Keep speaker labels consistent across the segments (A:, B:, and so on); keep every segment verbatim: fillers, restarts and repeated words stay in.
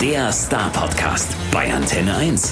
A: Der Star-Podcast bei Antenne eins.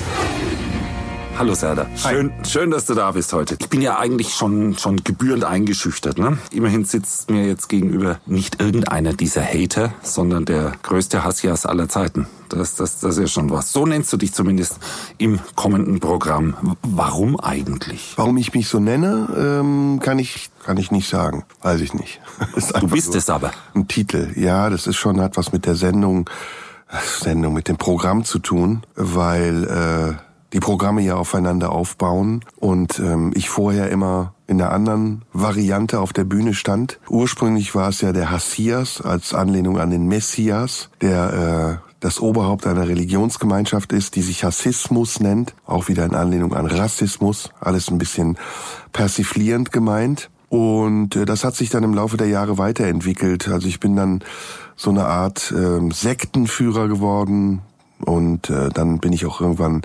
B: Hallo Serdar, schön, schön, dass du da bist heute. Ich bin ja eigentlich schon schon gebührend eingeschüchtert, ne? Immerhin sitzt mir jetzt gegenüber nicht irgendeiner dieser Hater, sondern der größte Hassias aller Zeiten. Das, das, das ist ja schon was. So nennst du dich zumindest im kommenden Programm. Warum eigentlich?
C: Warum ich mich so nenne, ähm, kann ich kann ich nicht sagen. Weiß ich nicht.
B: Du bist so es aber.
C: Ein Titel, ja, das ist schon, hat was mit der Sendung, Sendung mit dem Programm zu tun, weil äh, die Programme ja aufeinander aufbauen und ähm, ich vorher immer in einer anderen Variante auf der Bühne stand. Ursprünglich war es ja der Hassias als Anlehnung an den Messias, der äh, das Oberhaupt einer Religionsgemeinschaft ist, die sich Hassismus nennt, auch wieder in Anlehnung an Rassismus, alles ein bisschen persiflierend gemeint. Und äh, das hat sich dann im Laufe der Jahre weiterentwickelt. Also ich bin dann so eine Art äh, Sektenführer geworden und äh, dann bin ich auch irgendwann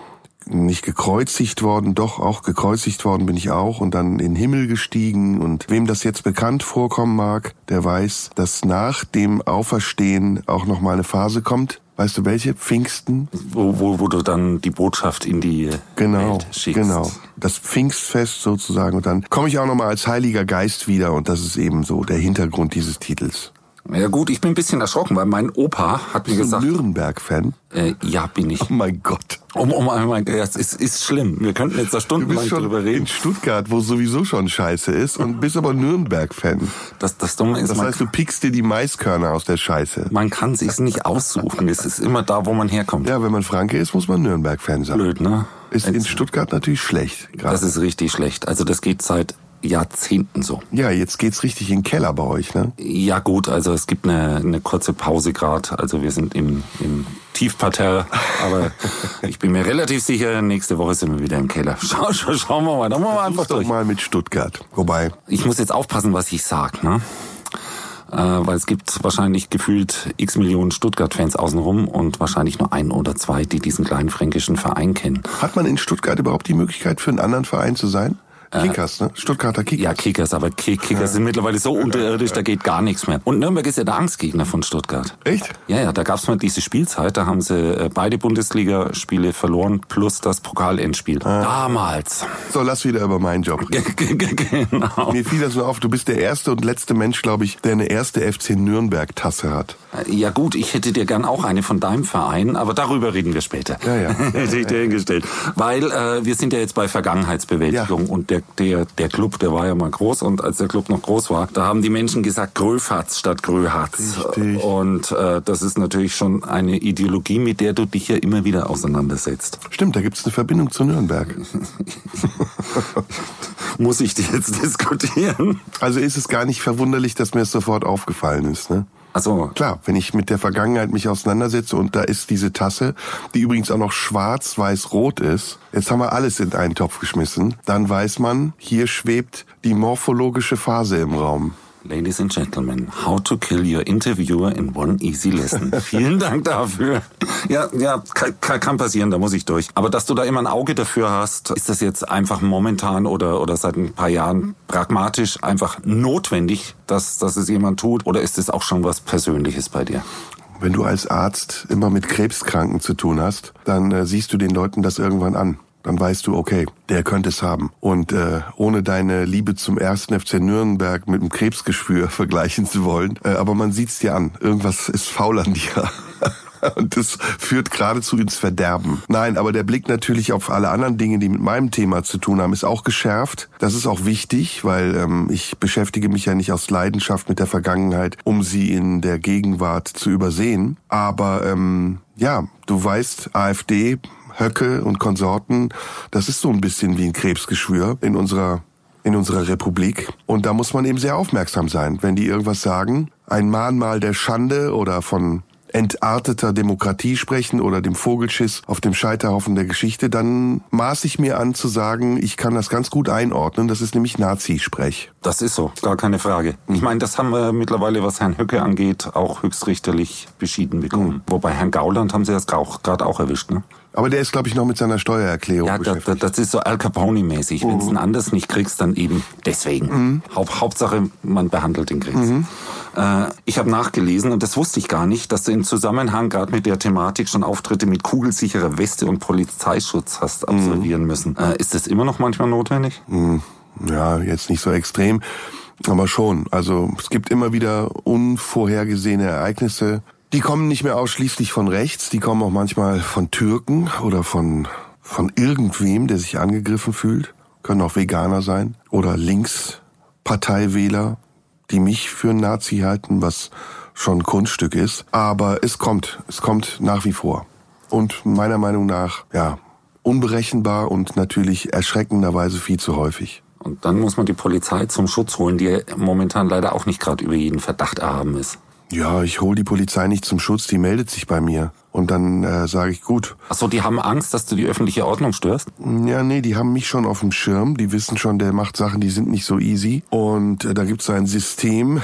C: nicht gekreuzigt worden, doch auch gekreuzigt worden bin ich auch und dann in den Himmel gestiegen. Und wem das jetzt bekannt vorkommen mag, der weiß, dass nach dem Auferstehen auch noch mal eine Phase kommt. Weißt du welche? Pfingsten?
B: Wo, wo, wo du dann die Botschaft in die
C: genau,
B: Welt schickst.
C: Genau, das Pfingstfest sozusagen. Und dann komme ich auch noch mal als Heiliger Geist wieder und das ist eben so der Hintergrund dieses Titels.
B: Ja gut, ich bin ein bisschen erschrocken, weil mein Opa hat mir
C: Bist
B: gesagt...
C: du ein Nürnberg-Fan?
B: Äh, ja, bin ich.
C: Oh mein Gott.
B: Um, um, um, um, es ist, ist schlimm. Wir könnten jetzt da stundenlang
C: Du bist schon
B: drüber reden.
C: in Stuttgart, wo sowieso schon scheiße ist und bist aber Nürnberg-Fan.
B: Das, das Dumme ist,
C: Das
B: man,
C: heißt, du pickst dir die Maiskörner aus der Scheiße.
B: man kann sich's nicht aussuchen. Es ist immer da, wo man herkommt.
C: Ja, wenn man Franke ist, muss man Nürnberg-Fan sein.
B: Blöd, ne?
C: Ist in
B: Jetzt-
C: Stuttgart natürlich schlecht. Grad.
B: Das ist richtig schlecht. Also das geht seit Jahrzehnten so.
C: Ja, jetzt geht's richtig in den Keller bei euch, ne?
B: Ja gut, also es gibt eine, eine kurze Pause gerade. Also wir sind im, im Tiefparterre, aber ich bin mir relativ sicher, nächste Woche sind wir wieder im Keller. Schau, schau, schauen wir mal, da machen wir einfach
C: Versuch's doch
B: durch.
C: mal mit Stuttgart. Wobei,
B: Ich muss jetzt aufpassen, was ich sag, ne? Äh, weil es gibt wahrscheinlich gefühlt x Millionen Stuttgart-Fans außenrum und wahrscheinlich nur ein oder zwei, die diesen kleinen fränkischen Verein kennen.
C: hat man in Stuttgart überhaupt die Möglichkeit, für einen anderen Verein zu sein? Kickers, ne? Stuttgarter Kickers.
B: Ja, Kickers, aber Ki- Kickers sind mittlerweile so unterirdisch, da geht gar nichts mehr. Und Nürnberg ist ja der Angstgegner von Stuttgart.
C: Echt?
B: Ja, ja, da gab's mal diese Spielzeit, da haben sie äh, beide Bundesligaspiele verloren, plus das Pokalendspiel. Damals.
C: So, lass wieder über meinen Job reden.
B: Genau.
C: Mir fiel das nur auf, du bist der erste und letzte Mensch, glaube ich, der eine erste F C Nürnberg-Tasse hat.
B: Ja gut, ich hätte dir gern auch eine von deinem Verein, aber darüber reden wir später.
C: Ja, ja.
B: Hätte ich dir hingestellt. Weil äh, wir sind ja jetzt bei Vergangenheitsbewältigung
C: Ja.
B: und der, der, der Club, der war ja mal groß und als der Club noch groß war, da haben die Menschen gesagt Gröfatz statt Gröhatz.
C: Richtig.
B: Und äh, das ist natürlich schon eine Ideologie, mit der du dich ja immer wieder auseinandersetzt.
C: Stimmt, da gibt's eine Verbindung zu Nürnberg.
B: Muss ich dir jetzt diskutieren?
C: Also ist es gar nicht verwunderlich, dass mir es sofort aufgefallen ist, ne?
B: Also
C: Klar, wenn ich mit der Vergangenheit mich auseinandersetze und da ist diese Tasse, die übrigens auch noch schwarz, weiß, rot ist, jetzt haben wir alles in einen Topf geschmissen, dann weiß man, hier schwebt die morphologische Phase im Raum.
B: Ladies and Gentlemen, how to kill your interviewer in one easy lesson. Vielen Dank dafür. Ja, ja, kann, kann passieren, da muss ich durch. Aber dass du da immer ein Auge dafür hast, ist das jetzt einfach momentan oder, oder seit ein paar Jahren pragmatisch einfach notwendig, dass, dass es jemand tut? Oder ist es auch schon was Persönliches bei dir?
C: Wenn du als Arzt immer mit Krebskranken zu tun hast, dann äh, siehst du den Leuten das irgendwann an. Dann weißt du, okay, der könnte es haben. Und äh, ohne deine Liebe zum ersten F C Nürnberg mit dem Krebsgeschwür vergleichen zu wollen, äh, aber man sieht's dir an. Irgendwas ist faul an dir. Und das führt geradezu ins Verderben. Nein, aber der Blick natürlich auf alle anderen Dinge, die mit meinem Thema zu tun haben, ist auch geschärft. Das ist auch wichtig, weil ähm, ich beschäftige mich ja nicht aus Leidenschaft mit der Vergangenheit, um sie in der Gegenwart zu übersehen. Aber ähm, ja, du weißt, AfD, Höcke und Konsorten, das ist so ein bisschen wie ein Krebsgeschwür in unserer in unserer Republik. Und da muss man eben sehr aufmerksam sein, wenn die irgendwas sagen. Ein Mahnmal der Schande oder von entarteter Demokratie sprechen oder dem Vogelschiss auf dem Scheiterhaufen der Geschichte, dann maß ich mir an zu sagen, ich kann das ganz gut einordnen. Das ist nämlich Nazi-Sprech.
B: Das ist so, gar keine Frage. Ich meine, das haben wir mittlerweile, was Herrn Höcke angeht, auch höchstrichterlich beschieden bekommen. Mhm. Wobei Herrn Gauland haben sie das gerade auch erwischt, ne?
C: Aber der ist, glaube ich, noch mit seiner Steuererklärung
B: ja,
C: beschäftigt.
B: Ja, das, das ist so Al Capone-mäßig. Mhm. Wenn du es anders nicht kriegst, dann eben deswegen. Mhm. Haupt, Hauptsache, man behandelt den Krebs. Mhm. Äh, ich habe nachgelesen und das wusste ich gar nicht, dass du im Zusammenhang gerade mit der Thematik schon Auftritte mit kugelsicherer Weste und Polizeischutz hast absolvieren mhm. müssen. Äh, ist das immer noch manchmal notwendig?
C: Mhm. Ja, jetzt nicht so extrem, aber schon. Also es gibt immer wieder unvorhergesehene Ereignisse. Die kommen nicht mehr ausschließlich von rechts, die kommen auch manchmal von Türken oder von, von irgendwem, der sich angegriffen fühlt. Können auch Veganer sein oder Linksparteiwähler, die mich für einen Nazi halten, was schon ein Kunststück ist. Aber es kommt, es kommt nach wie vor. Und meiner Meinung nach, ja, unberechenbar und natürlich erschreckenderweise viel zu häufig.
B: Und dann muss man die Polizei zum Schutz holen, die momentan leider auch nicht gerade über jeden Verdacht erhaben ist.
C: Ja, ich hole die Polizei nicht zum Schutz, die meldet sich bei mir. Und dann äh, sage ich, gut.
B: Ach so, die haben Angst, dass du die öffentliche Ordnung störst?
C: Ja, nee, die haben mich schon auf dem Schirm. Die wissen schon, der macht Sachen, die sind nicht so easy. Und äh, da gibt's ein System,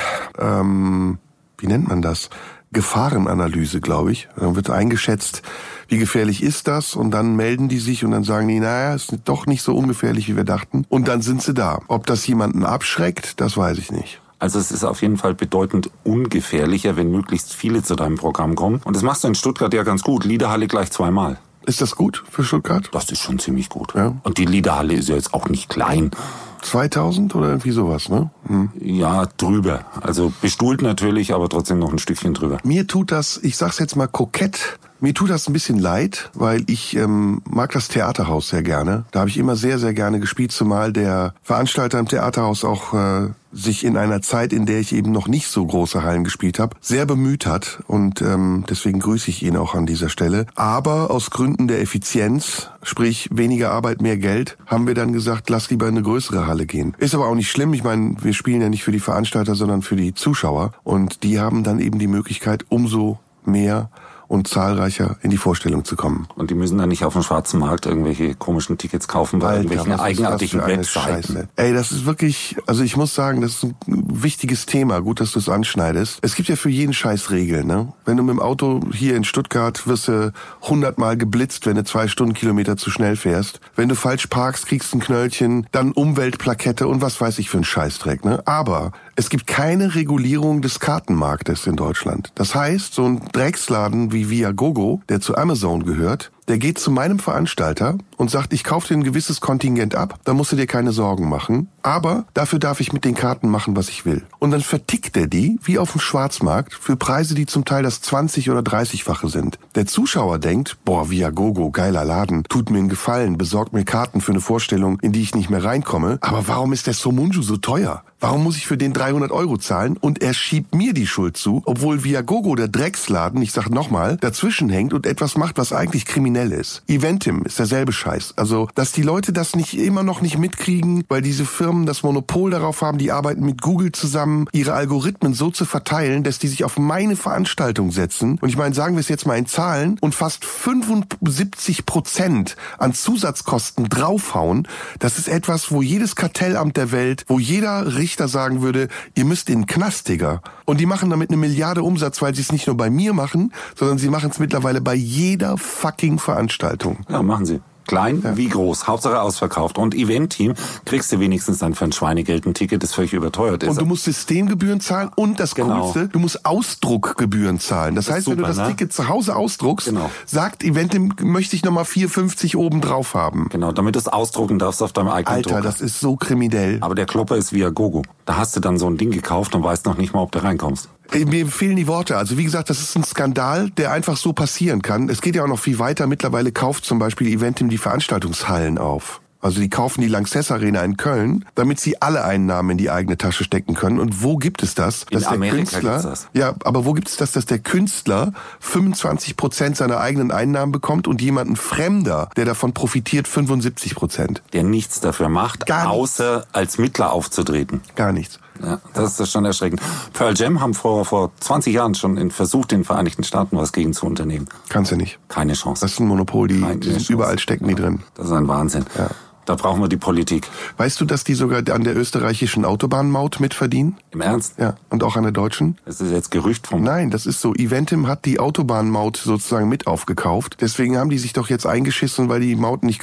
C: ähm, wie nennt man das? Gefahrenanalyse, glaube ich. Dann wird eingeschätzt, wie gefährlich ist das? Und dann melden die sich und dann sagen die, naja, es ist doch nicht so ungefährlich, wie wir dachten. Und dann sind sie da. Ob das jemanden abschreckt, das weiß ich nicht.
B: Also es ist auf jeden Fall bedeutend ungefährlicher, wenn möglichst viele zu deinem Programm kommen. Und das machst du in Stuttgart ja ganz gut. Liederhalle gleich zweimal.
C: Ist das gut für Stuttgart?
B: Das ist schon ziemlich gut.
C: Ja.
B: Und die Liederhalle ist ja jetzt auch nicht klein.
C: zweitausend oder irgendwie sowas, ne? Hm.
B: Ja, drüber. Also bestuhlt natürlich, aber trotzdem noch ein Stückchen drüber.
C: Mir tut das, ich sag's jetzt mal kokett, mir tut das ein bisschen leid, weil ich ähm, mag das Theaterhaus sehr gerne. Da habe ich immer sehr, sehr gerne gespielt, zumal der Veranstalter im Theaterhaus auch äh, sich in einer Zeit, in der ich eben noch nicht so große Hallen gespielt habe, sehr bemüht hat. Und ähm, deswegen grüße ich ihn auch an dieser Stelle. Aber aus Gründen der Effizienz, sprich weniger Arbeit, mehr Geld, haben wir dann gesagt, lass lieber in eine größere Halle gehen. Ist aber auch nicht schlimm. Ich meine, wir spielen ja nicht für die Veranstalter, sondern für die Zuschauer. Und die haben dann eben die Möglichkeit, umso mehr und zahlreicher in die Vorstellung zu kommen.
B: Und die müssen dann nicht auf dem schwarzen Markt irgendwelche komischen Tickets kaufen bei
C: Alter,
B: irgendwelchen eigenartigen Webseiten.
C: Scheiße. Ey, das ist wirklich, also ich muss sagen, das ist ein wichtiges Thema. Gut, dass du es anschneidest. Es gibt ja für jeden Scheiß Regeln, ne? Wenn du mit dem Auto hier in Stuttgart wirst du hundertmal geblitzt, wenn du zwei Stundenkilometer zu schnell fährst. Wenn du falsch parkst, kriegst du ein Knöllchen, dann Umweltplakette und was weiß ich für ein Scheißdreck, ne? Aber es gibt keine Regulierung des Kartenmarktes in Deutschland. Das heißt, so ein Drecksladen wie Viagogo, der zu Amazon gehört, der geht zu meinem Veranstalter und sagt, ich kaufe dir ein gewisses Kontingent ab, da musst du dir keine Sorgen machen, aber dafür darf ich mit den Karten machen, was ich will. Und dann vertickt er die, wie auf dem Schwarzmarkt, für Preise, die zum Teil das zwanzig- oder dreißigfache sind. Der Zuschauer denkt, boah, Viagogo, geiler Laden, tut mir einen Gefallen, besorgt mir Karten für eine Vorstellung, in die ich nicht mehr reinkomme, aber warum ist der Somunju so teuer? Warum muss ich für den dreihundert Euro zahlen? Und er schiebt mir die Schuld zu, obwohl Viagogo, der Drecksladen, ich sag nochmal, dazwischen hängt und etwas macht, was eigentlich kriminell ist. Eventim ist derselbe Scheiß. Also, dass die Leute das nicht immer noch nicht mitkriegen, weil diese Firmen das Monopol darauf haben, die arbeiten mit Google zusammen, ihre Algorithmen so zu verteilen, dass die sich auf meine Veranstaltung setzen. Und ich meine, sagen wir es jetzt mal in Zahlen und fast fünfundsiebzig Prozent an Zusatzkosten draufhauen. Das ist etwas, wo jedes Kartellamt der Welt, wo jeder Richter sagen würde, ihr müsst in den Knast, Digga. Und die machen damit eine Milliarde Umsatz, weil sie es nicht nur bei mir machen, sondern sie machen es mittlerweile bei jeder fucking Veranstaltung.
B: Ja, machen sie. Klein ja. wie groß, Hauptsache ausverkauft. Und Event-Team kriegst du wenigstens dann für ein Schweinegeld ein Ticket, das völlig überteuert ist.
C: Und du musst Systemgebühren zahlen und das genau. Coolste, du musst Ausdruckgebühren zahlen. Das, das heißt, super, wenn du das ne? Ticket zu Hause ausdruckst, genau. sagt Event-Team, möchte ich nochmal vier fünfzig oben drauf haben.
B: Genau, damit du es ausdrucken darfst auf deinem eigenen
C: Alter,
B: Drucker.
C: das ist so kriminell.
B: Aber der Klopper ist Viagogo. Da hast du dann so ein Ding gekauft und weißt noch nicht mal, ob du reinkommst.
C: Mir fehlen die Worte. Also wie gesagt, das ist ein Skandal, der einfach so passieren kann. Es geht ja auch noch viel weiter. Mittlerweile kauft zum Beispiel Eventim die Veranstaltungshallen auf. Also die kaufen die Lanxess Arena in Köln, damit sie alle Einnahmen in die eigene Tasche stecken können. Und wo gibt es das?
B: In
C: dass
B: Amerika
C: der Künstler,
B: gibt's das.
C: Ja, aber wo gibt es das, dass der Künstler fünfundzwanzig Prozent seiner eigenen Einnahmen bekommt und jemand, ein Fremder, der davon profitiert, fünfundsiebzig Prozent?
B: Der nichts dafür macht,
C: Gar
B: außer
C: nichts.
B: als Mittler aufzutreten.
C: Gar nichts.
B: Ja, das ist schon erschreckend. Pearl Jam haben vor vor zwanzig Jahren schon in, versucht, in den Vereinigten Staaten was gegen zu unternehmen.
C: Kannst du nicht.
B: Keine Chance.
C: Das ist ein Monopol, die,
B: Keine
C: die sind
B: Chance.
C: überall stecken
B: ja,
C: die drin.
B: Das ist ein Wahnsinn.
C: Ja.
B: Da brauchen wir die Politik.
C: Weißt du, dass die sogar an der österreichischen Autobahnmaut mitverdienen?
B: Im Ernst?
C: Ja. Und auch an der deutschen?
B: Das ist jetzt Gerücht vom...
C: Nein, das ist so. Eventim hat die Autobahnmaut sozusagen mit aufgekauft. Deswegen haben die sich doch jetzt eingeschissen, weil die Maut nicht kam.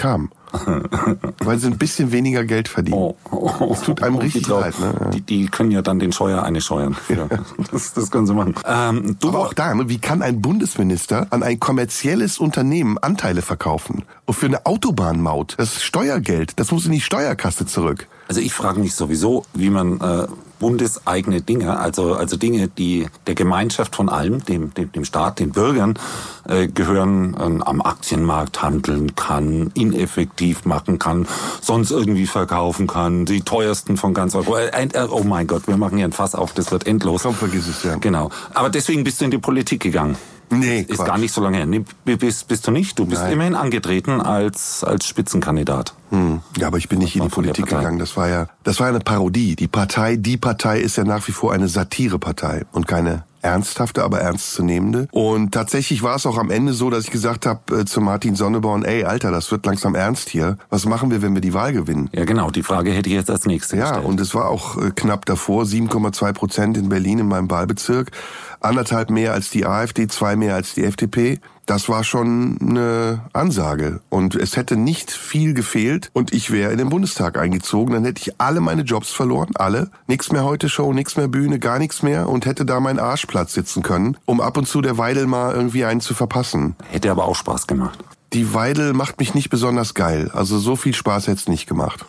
C: Weil sie ein bisschen weniger Geld verdienen.
B: Oh, oh, oh,
C: das tut einem
B: oh,
C: richtig
B: die,
C: leid. Ne?
B: Die, die können ja dann den Scheuer eine scheuern. Ja. Das, das können sie machen. Ähm, du
C: Aber auch da, ne, wie kann ein Bundesminister an ein kommerzielles Unternehmen Anteile verkaufen? Und für eine Autobahnmaut, das ist Steuergeld, das muss in die Steuerkasse zurück.
B: Also ich frage mich sowieso, wie man äh, bundeseigene Dinge, also also Dinge, die der Gemeinschaft von allem, dem dem, dem Staat, den Bürgern äh, gehören, äh, am Aktienmarkt handeln kann, ineffektiv machen kann, sonst irgendwie verkaufen kann, die teuersten von ganz Europa. Äh, äh, oh mein Gott, wir machen hier ein Fass auf, das wird endlos.
C: Komm, vergiss es, ja.
B: Genau. Aber deswegen bist du in die Politik gegangen.
C: Nee,
B: ist
C: Quatsch.
B: gar nicht so lange her. Nee, bist, bist du nicht? Du bist
C: Nein.
B: immerhin angetreten als als Spitzenkandidat.
C: Hm. Ja, aber ich bin nicht in die Politik gegangen. Das war ja, das war ja eine Parodie. Die Partei, die Partei ist ja nach wie vor eine Satirepartei und keine ernsthafte, aber ernstzunehmende. Und tatsächlich war es auch am Ende so, dass ich gesagt habe äh, zu Martin Sonneborn, ey, Alter, das wird langsam ernst hier. Was machen wir, wenn wir die Wahl gewinnen?
B: Ja, genau. Die Frage hätte ich jetzt als nächstes
C: Ja,
B: gestellt.
C: und es war auch äh, knapp davor, sieben Komma zwei Prozent in Berlin in meinem Wahlbezirk. Anderthalb mehr als die AfD, zwei mehr als die F D P. Das war schon eine Ansage. Und es hätte nicht viel gefehlt und ich wäre in den Bundestag eingezogen. Dann hätte ich alle meine Jobs verloren, alle. Nix mehr Heute-Show, nix mehr Bühne, gar nichts mehr und hätte da meinen Arschplatz sitzen können, um ab und zu der Weidel mal irgendwie einen zu verpassen.
B: Hätte aber auch Spaß gemacht.
C: Die Weidel macht mich nicht besonders geil. Also so viel Spaß hätte es nicht gemacht.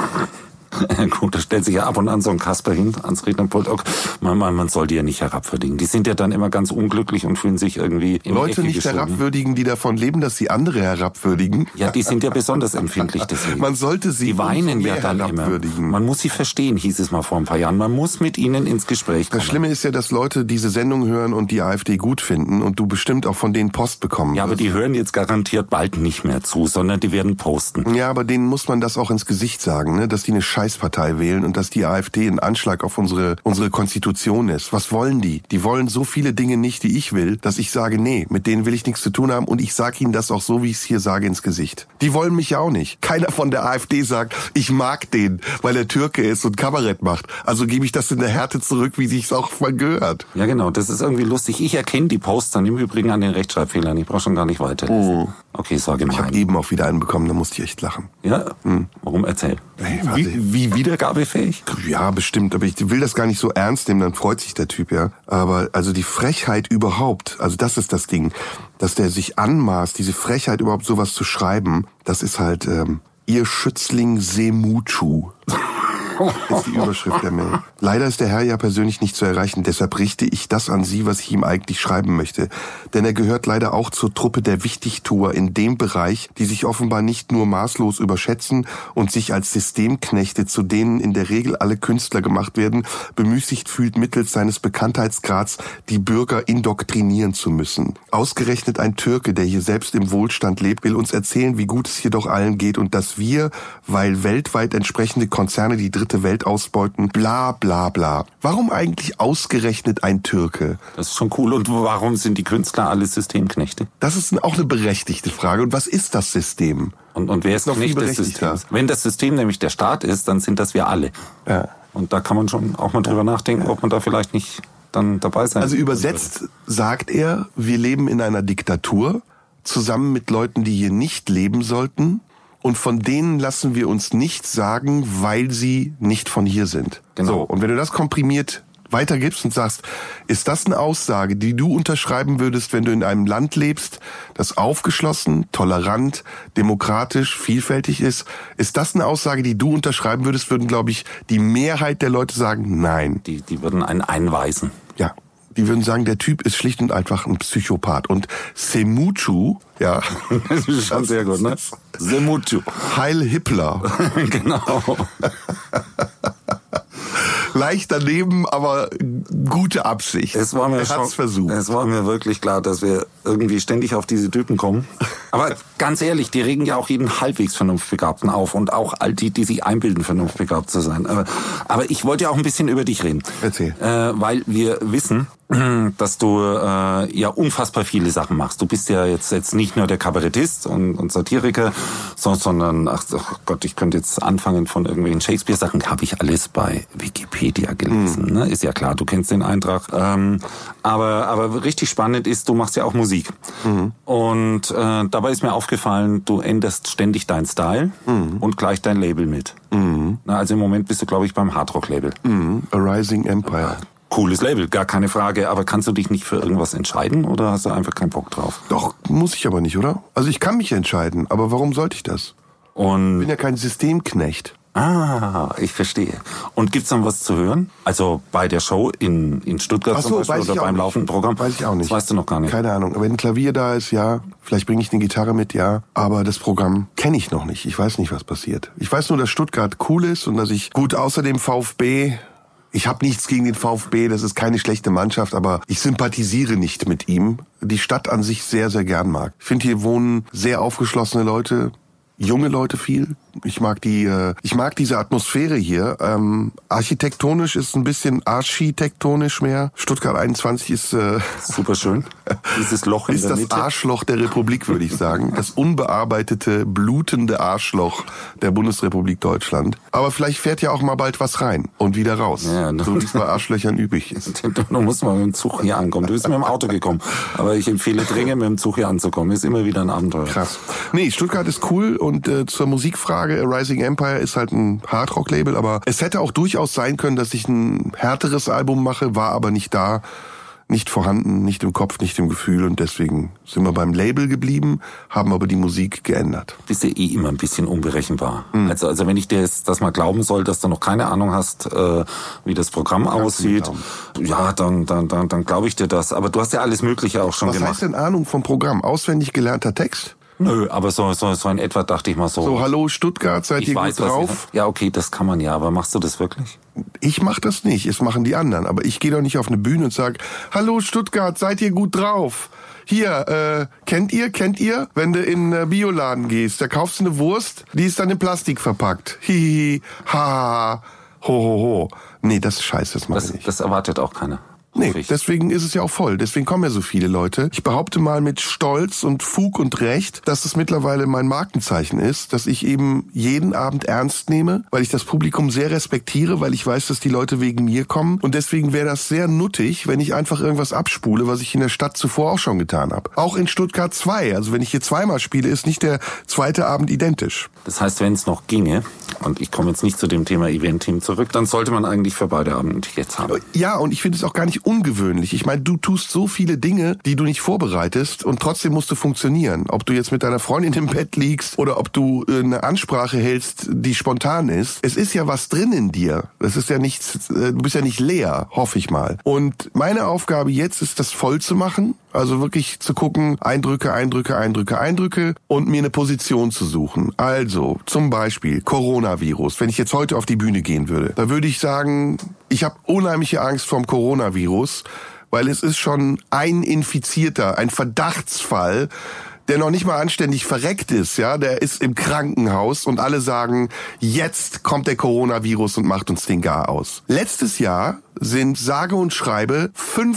B: Gut, da stellt sich ja ab und an so ein Kasper hin ans Rednerpult. Okay, man, man, man soll die ja nicht herabwürdigen. Die sind ja dann immer ganz unglücklich und fühlen sich irgendwie in
C: Leute
B: die Ecke
C: nicht
B: geschoben.
C: herabwürdigen, die davon leben, dass sie andere herabwürdigen.
B: Ja, die sind ja besonders empfindlich deswegen.
C: Man sollte sie
B: Die weinen
C: umso
B: ja
C: mehr
B: dann immer.
C: herabwürdigen.
B: Man muss sie verstehen, hieß es mal vor ein paar Jahren. Man muss mit ihnen ins Gespräch kommen.
C: Das Schlimme ist ja, dass Leute diese Sendung hören und die AfD gut finden und du bestimmt auch von denen Post bekommen
B: Ja, aber
C: wirst.
B: die hören jetzt garantiert bald nicht mehr zu, sondern die werden posten.
C: Ja, aber denen muss man das auch ins Gesicht sagen, ne? Dass die eine Scheißpartei wählen und dass die AfD ein Anschlag auf unsere unsere Konstitution ist. Was wollen die? Die wollen so viele Dinge nicht, die ich will, dass ich sage, nee, mit denen will ich nichts zu tun haben und ich sage ihnen das auch so, wie ich es hier sage, ins Gesicht. Die wollen mich ja auch nicht. Keiner von der AfD sagt, ich mag den, weil er Türke ist und Kabarett macht. Also gebe ich das in der Härte zurück, wie sich's auch mal gehört.
B: Ja, genau, das ist irgendwie lustig. Ich erkenne die Posts dann im Übrigen an den Rechtschreibfehlern. Ich brauche schon gar nicht weiterlesen.
C: Oh.
B: Okay, sag
C: Ich habe
B: gemein.
C: eben auch wieder einen bekommen, da musste ich echt lachen.
B: Ja? Hm. Warum erzähl?
C: Hey, warte.
B: wie, wie wiedergabefähig?
C: Ja, bestimmt, aber ich will das gar nicht so ernst nehmen, dann freut sich der Typ, ja. Aber also die Frechheit überhaupt, also das ist das Ding, dass der sich anmaßt, diese Frechheit überhaupt sowas zu schreiben, das ist halt, ähm, ihr Schützling Semuchu. Ist die Überschrift der Mail. Leider ist der Herr ja persönlich nicht zu erreichen, deshalb richte ich das an Sie, was ich ihm eigentlich schreiben möchte. Denn er gehört leider auch zur Truppe der Wichtigtuer in dem Bereich, die sich offenbar nicht nur maßlos überschätzen und sich als Systemknechte, zu denen in der Regel alle Künstler gemacht werden, bemüßigt fühlt, mittels seines Bekanntheitsgrads die Bürger indoktrinieren zu müssen. Ausgerechnet ein Türke, der hier selbst im Wohlstand lebt, will uns erzählen, wie gut es hier doch allen geht und dass wir, weil weltweit entsprechende Konzerne die dritte Welt ausbeuten, bla bla bla. Warum eigentlich ausgerechnet ein Türke?
B: Das ist schon cool. Und warum sind die Künstler alle Systemknechte?
C: Das ist auch eine berechtigte Frage. Und was ist das System?
B: Und, und wer ist
C: noch viel
B: Knecht des
C: berechtigter.
B: Systems? Wenn das System nämlich der Staat ist, dann sind das wir alle.
C: Ja.
B: Und da kann man schon auch mal drüber nachdenken, ob man da vielleicht nicht dann dabei sein
C: Also übersetzt sagt er, wir leben in einer Diktatur, zusammen mit Leuten, die hier nicht leben sollten. Und von denen lassen wir uns nichts sagen, weil sie nicht von hier sind.
B: Genau.
C: So, und wenn du das komprimiert weitergibst und sagst, ist das eine Aussage, die du unterschreiben würdest, wenn du in einem Land lebst, das aufgeschlossen, tolerant, demokratisch, vielfältig ist, ist das eine Aussage, die du unterschreiben würdest, würden, glaube ich, die Mehrheit der Leute sagen, nein.
B: Die, die würden einen einweisen.
C: Ja. Die würden sagen, der Typ ist schlicht und einfach ein Psychopath. Und Semuchu, ja.
B: Das ist schon sehr gut, ne? Semuchu.
C: Heil Hitler.
B: Genau.
C: Leicht daneben, aber gute Absicht.
B: Es war mir
C: er
B: schon,
C: hat's versucht.
B: Es war mir wirklich klar, dass wir irgendwie ständig auf diese Typen kommen. Aber ganz ehrlich, die regen ja auch jeden halbwegs Vernunftbegabten auf und auch all die, die sich einbilden, vernunftbegabt zu sein. Aber, aber ich wollte ja auch ein bisschen über dich reden.
C: Erzähl.
B: Äh, weil wir wissen, dass du äh, ja unfassbar viele Sachen machst. Du bist ja jetzt jetzt nicht nur der Kabarettist und, und Satiriker, so, sondern, ach, ach Gott, ich könnte jetzt anfangen von irgendwelchen Shakespeare-Sachen, habe ich alles bei Wikipedia gelesen. Mhm. Ne? Ist ja klar, du kennst den Eintrag. Ähm, aber, aber richtig spannend ist, du machst ja auch Musik. Mhm. Und äh, dabei ist mir aufgefallen, du änderst ständig deinen Style mhm. und gleich dein Label mit. Mhm. Na, also im Moment bist du, glaube ich, beim Hardrock-Label.
C: Mhm. A Rising Empire.
B: Cooles Label, gar keine Frage. Aber kannst du dich nicht für irgendwas entscheiden oder hast du einfach keinen Bock drauf?
C: Doch, muss ich aber nicht, oder? Also ich kann mich entscheiden, aber warum sollte ich das?
B: Und
C: ich bin ja kein Systemknecht.
B: Ah, ich verstehe. Und gibt's dann was zu hören? Also bei der Show in, in Stuttgart
C: Ach so,
B: zum Beispiel
C: weiß
B: oder
C: ich auch
B: beim
C: nicht.
B: laufenden Programm?
C: Weiß ich auch nicht.
B: Das weißt du noch gar nicht.
C: Keine Ahnung. Wenn ein Klavier da ist, ja. Vielleicht bringe ich eine Gitarre mit, ja. Aber das Programm kenne ich noch nicht. Ich weiß nicht, was passiert. Ich weiß nur, dass Stuttgart cool ist und dass ich gut außer dem VfB... Ich habe nichts gegen den VfB, das ist keine schlechte Mannschaft, aber ich sympathisiere nicht mit ihm. Die Stadt an sich sehr, sehr gern mag. Ich finde, hier wohnen sehr aufgeschlossene Leute, junge Leute viel. Ich mag die, äh, ich mag diese Atmosphäre hier. Ähm, architektonisch ist ein bisschen architektonisch mehr. Stuttgart einundzwanzig ist äh,
B: super schön. Dieses Loch in
C: ist
B: der
C: das
B: Mitte.
C: Arschloch der Republik, würde ich sagen. Das unbearbeitete, blutende Arschloch der Bundesrepublik Deutschland. Aber vielleicht fährt ja auch mal bald was rein und wieder raus.
B: Ja,
C: so wie es bei Arschlöchern üblich ist.
B: Du musst mal mit dem Zug hier ankommen. Du bist mit dem Auto gekommen. Aber ich empfehle dringend, mit dem Zug hier anzukommen. Ist immer wieder ein Abenteuer.
C: Krass. Nee, Stuttgart ist cool und äh, zur Musikfrage, A Rising Empire ist halt ein Hardrock-Label, aber es hätte auch durchaus sein können, dass ich ein härteres Album mache, war aber nicht da, nicht vorhanden, nicht im Kopf, nicht im Gefühl und deswegen sind wir beim Label geblieben, haben aber die Musik geändert.
B: Bist ja eh immer ein bisschen unberechenbar. Mhm. Also, also wenn ich dir jetzt das mal glauben soll, dass du noch keine Ahnung hast, äh, wie das Programm aussieht, ja, dann, dann, dann, dann glaube ich dir das. Aber du hast ja alles Mögliche auch schon
C: Was
B: gemacht.
C: Was heißt denn Ahnung vom Programm? Auswendig gelernter Text?
B: Nö, aber so, so, so in etwa dachte ich mal so.
C: So, hallo Stuttgart, seid
B: ich
C: ihr
B: weiß,
C: gut drauf?
B: Ich, ja, okay, das kann man ja, aber machst du das wirklich?
C: Ich mach das nicht, es machen die anderen. Aber ich gehe doch nicht auf eine Bühne und sag, hallo Stuttgart, seid ihr gut drauf? Hier, äh, kennt ihr, kennt ihr? Wenn du in einen Bioladen gehst, da kaufst du eine Wurst, die ist dann in Plastik verpackt. Hihi, ha, ho, ho, ho. Nee, das ist scheiße, das mach
B: das,
C: ich nicht.
B: Das erwartet auch keiner.
C: Nee, deswegen ist es ja auch voll. Deswegen kommen ja so viele Leute. Ich behaupte mal mit Stolz und Fug und Recht, dass es mittlerweile mein Markenzeichen ist, dass ich eben jeden Abend ernst nehme, weil ich das Publikum sehr respektiere, weil ich weiß, dass die Leute wegen mir kommen. Und deswegen wäre das sehr nuttig, wenn ich einfach irgendwas abspule, was ich in der Stadt zuvor auch schon getan habe. Auch in Stuttgart zwei. Also wenn ich hier zweimal spiele, ist nicht der zweite Abend identisch.
B: Das heißt, wenn es noch ginge, und ich komme jetzt nicht zu dem Thema Event-Team zurück, dann sollte man eigentlich für beide Abende Tickets haben.
C: Ja, und ich finde es auch gar nicht ungewöhnlich. Ich meine, du tust so viele Dinge, die du nicht vorbereitest und trotzdem musst du funktionieren. Ob du jetzt mit deiner Freundin im Bett liegst oder ob du eine Ansprache hältst, die spontan ist. Es ist ja was drin in dir. Das ist ja nichts, du bist ja nicht leer, hoffe ich mal. Und meine Aufgabe jetzt ist, das voll zu machen. Also wirklich zu gucken, Eindrücke, Eindrücke, Eindrücke, Eindrücke und mir eine Position zu suchen. Also zum Beispiel Coronavirus. Wenn ich jetzt heute auf die Bühne gehen würde, da würde ich sagen, ich habe unheimliche Angst vorm Coronavirus, weil es ist schon ein Infizierter, ein Verdachtsfall, der noch nicht mal anständig verreckt ist, ja, der ist im Krankenhaus und alle sagen, jetzt kommt der Coronavirus und macht uns den Gar aus. Letztes Jahr sind sage und schreibe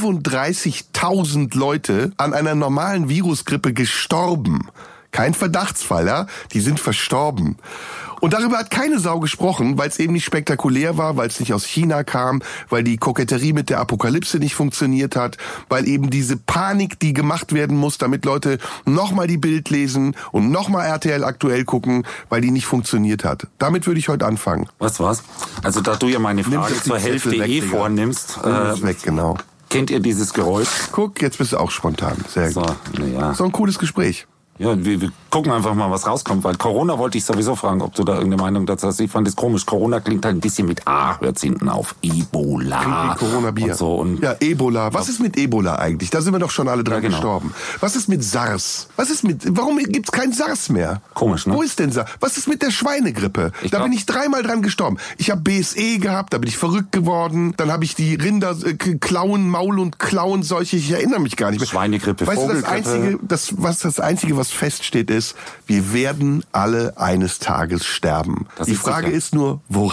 C: fünfunddreißigtausend Leute an einer normalen Virusgrippe gestorben. Kein Verdachtsfall, ja, die sind verstorben. Und darüber hat keine Sau gesprochen, weil es eben nicht spektakulär war, weil es nicht aus China kam, weil die Koketterie mit der Apokalypse nicht funktioniert hat, weil eben diese Panik, die gemacht werden muss, damit Leute nochmal die Bild lesen und nochmal R T L aktuell gucken, weil die nicht funktioniert hat. Damit würde ich heute anfangen.
B: Was war's? Also da du ja meine Frage zur Hälfte weg, eh
C: Digga.
B: vornimmst,
C: äh, weg, genau.
B: Kennt ihr dieses Geräusch?
C: Guck, jetzt bist du auch spontan. Sehr
B: so,
C: gut.
B: Ja.
C: So ein cooles Gespräch.
B: Ja, wir, wir gucken einfach mal, was rauskommt, weil Corona wollte ich sowieso fragen, ob du da irgendeine Meinung dazu hast. Ich fand das komisch. Corona klingt halt ein bisschen mit A, hört's hinten auf. Ebola.
C: Klingt wie Corona-Bier.
B: Und so. Und
C: ja, Ebola. Was ist mit Ebola eigentlich? Da sind wir doch schon alle dran
B: ja, genau.
C: gestorben. Was ist mit SARS? Was ist mit, warum gibt's kein SARS mehr?
B: Komisch, ne?
C: Wo ist denn SARS? Was ist mit der Schweinegrippe?
B: Ich
C: da
B: glaub,
C: bin ich dreimal dran gestorben. Ich habe B S E gehabt, da bin ich verrückt geworden. Dann habe ich die Rinder, äh, Klauen, Maul- und Klauenseuche. Ich erinnere mich gar nicht mehr.
B: Schweinegrippe,
C: weißt du, das
B: Vogelgrippe.
C: Einzige, das, was das Einzige, was feststeht, ist, wir werden alle eines Tages sterben.
B: Das
C: Die
B: ist
C: Frage
B: sicher.
C: ist nur, woran?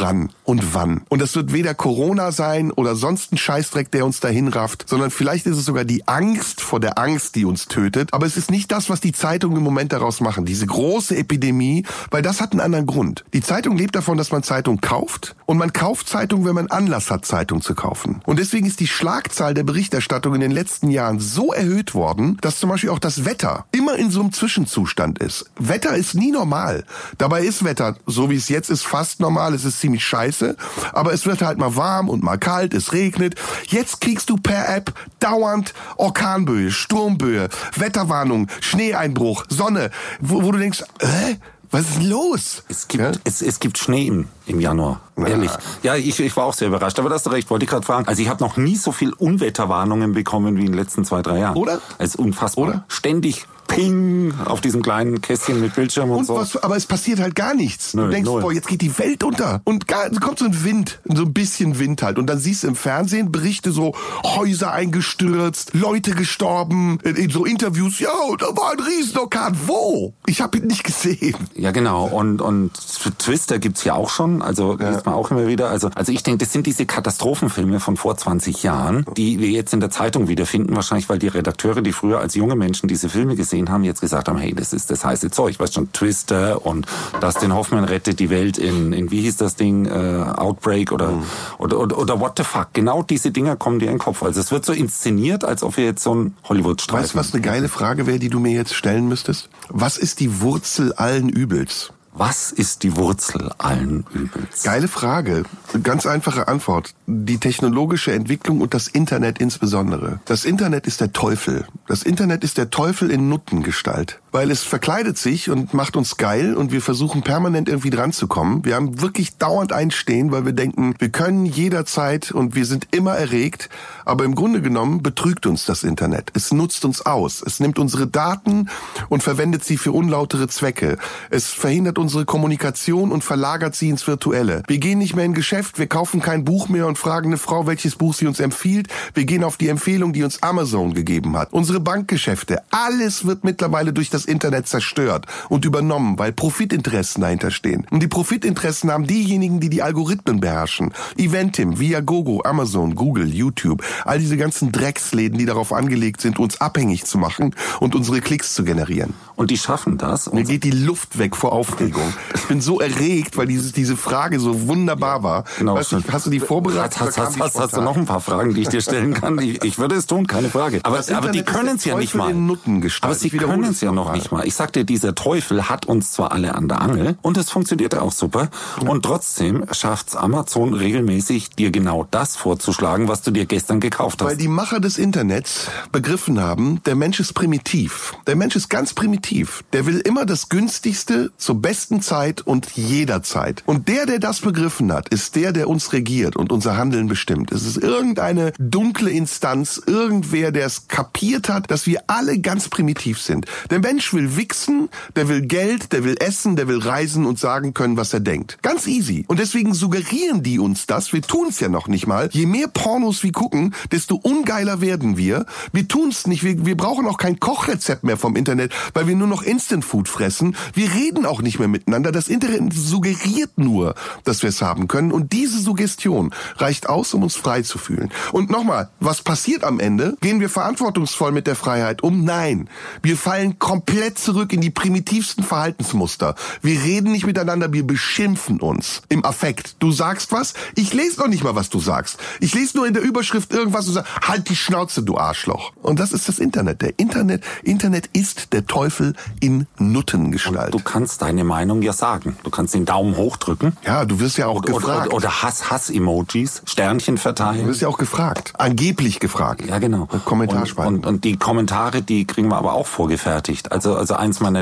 C: und wann. Und das wird weder Corona sein oder sonst ein Scheißdreck, der uns dahin rafft, sondern vielleicht ist es sogar die Angst vor der Angst, die uns tötet. Aber es ist nicht das, was die Zeitungen im Moment daraus machen, diese große Epidemie, weil das hat einen anderen Grund. Die Zeitung lebt davon, dass man Zeitung kauft und man kauft Zeitung, wenn man Anlass hat, Zeitung zu kaufen. Und deswegen ist die Schlagzahl der Berichterstattung in den letzten Jahren so erhöht worden, dass zum Beispiel auch das Wetter immer in so einem Zwischenzustand ist. Wetter ist nie normal. Dabei ist Wetter, so wie es jetzt ist, fast normal. Es ist ziemlich scheiße, aber es wird halt mal warm und mal kalt, es regnet. Jetzt kriegst du per App dauernd Orkanböe, Sturmböe, Wetterwarnung, Schneeeinbruch, Sonne, wo, wo du denkst, äh, was ist denn los?
B: Es gibt,
C: ja?
B: es, es gibt Schnee im, im Januar.
C: Ja.
B: Ehrlich. Ja, ich, ich war auch sehr überrascht. Aber da hast du recht, wollte ich gerade fragen. Also ich habe noch nie so viel Unwetterwarnungen bekommen wie in den letzten zwei, drei Jahren.
C: Oder?
B: Es ist unfassbar.
C: Oder?
B: Ständig Ping auf diesem kleinen Kästchen mit Bildschirm und,
C: Und
B: so.
C: was, aber es passiert halt gar nichts.
B: Nö,
C: du denkst,
B: null.
C: boah, jetzt geht die Welt unter. Und gar, es kommt so ein Wind, so ein bisschen Wind halt. Und dann siehst du im Fernsehen Berichte so, Häuser eingestürzt, Leute gestorben, in so Interviews, ja, da war ein Riesenorkan. Wo? Ich habe ihn nicht gesehen.
B: Ja, genau. Und, und Twister gibt's ja auch schon. Also,
C: Ja.
B: liest man auch immer wieder. Also, also ich denke, das sind diese Katastrophenfilme von vor zwanzig Jahren, die wir jetzt in der Zeitung wiederfinden. Wahrscheinlich, weil die Redakteure, die früher als junge Menschen diese Filme gesehen haben, jetzt gesagt haben, hey, das ist das heiße Zeug. Weißt schon, Twister und Dustin Hoffman rettet die Welt in, in wie hieß das Ding, äh, Outbreak oder, mhm. oder, oder, oder What the fuck. Genau diese Dinger kommen dir in den Kopf. Also es wird so inszeniert, als ob wir jetzt so ein Hollywood-Streifen...
C: Weißt du, was eine geile Frage wäre, die du mir jetzt stellen müsstest? Was ist die Wurzel allen Übels?
B: Was ist die Wurzel allen Übels?
C: Geile Frage. Ganz einfache Antwort. Die technologische Entwicklung und das Internet insbesondere. Das Internet ist der Teufel. Das Internet ist der Teufel in Nuttengestalt. Weil es verkleidet sich und macht uns geil und wir versuchen permanent irgendwie dran zu kommen. Wir haben wirklich dauernd einstehen, weil wir denken, wir können jederzeit und wir sind immer erregt. Aber im Grunde genommen betrügt uns das Internet. Es nutzt uns aus. Es nimmt unsere Daten und verwendet sie für unlautere Zwecke. Es verhindert unsere Kommunikation und verlagert sie ins Virtuelle. Wir gehen nicht mehr in Geschäft, wir kaufen kein Buch mehr und fragen eine Frau, welches Buch sie uns empfiehlt. Wir gehen auf die Empfehlung, die uns Amazon gegeben hat. Unsere Bankgeschäfte, alles wird mittlerweile durch das Internet zerstört und übernommen, weil Profitinteressen dahinter stehen. Und die Profitinteressen haben diejenigen, die die Algorithmen beherrschen. Eventim, Viagogo, Amazon, Google, YouTube, all diese ganzen Drecksläden, die darauf angelegt sind, uns abhängig zu machen und unsere Klicks zu generieren.
B: Und die schaffen das.
C: Mir geht die Luft weg vor Aufregung. Ich bin so erregt, weil dieses, diese Frage so wunderbar war.
B: Genau.
C: Weißt du, hast du die vorbereitet?
B: Hast, hast, hast, hast du noch ein paar Fragen, die ich dir stellen kann? Ich, ich würde es tun, keine Frage. Aber, aber die können es ja nicht mal. Aber sie können es ja noch nicht mal. Ich sagte, dieser Teufel hat uns zwar alle an der Angel und es funktioniert auch super. Ja. Und trotzdem schafft's Amazon regelmäßig, dir genau das vorzuschlagen, was du dir gestern gekauft hast.
C: Weil die Macher des Internets begriffen haben, der Mensch ist primitiv. Der Mensch ist ganz primitiv. Der will immer das Günstigste zur besten Zeit und jederzeit. Und der, der das begriffen hat, ist der, der uns regiert und unser Handeln bestimmt. Es ist irgendeine dunkle Instanz, irgendwer, der es kapiert hat, dass wir alle ganz primitiv sind. Der Mensch will wichsen, der will Geld, der will essen, der will reisen und sagen können, was er denkt. Ganz easy. Und deswegen suggerieren die uns das, wir tun es ja noch nicht mal. Je mehr Pornos wir gucken, desto ungeiler werden wir. Wir tun es nicht, wir, wir brauchen auch kein Kochrezept mehr vom Internet, weil wir nur noch Instant Food fressen. Wir reden auch nicht mehr miteinander. Das Internet suggeriert nur, dass wir es haben können. Und diese Suggestion reicht aus, um uns frei zu fühlen. Und nochmal, was passiert am Ende? Gehen wir verantwortungsvoll mit der Freiheit um? Nein. Wir fallen komplett zurück in die primitivsten Verhaltensmuster. Wir reden nicht miteinander, wir beschimpfen uns. Im Affekt. Du sagst was, ich lese noch nicht mal, was du sagst. Ich lese nur in der Überschrift irgendwas und sage, halt die Schnauze, du Arschloch. Und das ist das Internet. Der Internet, Internet ist der Teufel in Nuttengestalt.
B: Und du kannst deine Meinung ja sagen. Du kannst den Daumen hoch drücken.
C: Ja, du wirst ja auch
B: oder,
C: gefragt.
B: Oder, oder Hass, Hass-Emojis, Sternchen verteilen.
C: Du wirst ja auch gefragt. Angeblich gefragt.
B: Ja, genau.
C: Kommentarspalten.
B: Und, und, und die Kommentare, die kriegen wir aber auch vorgefertigt. Also, also eins meiner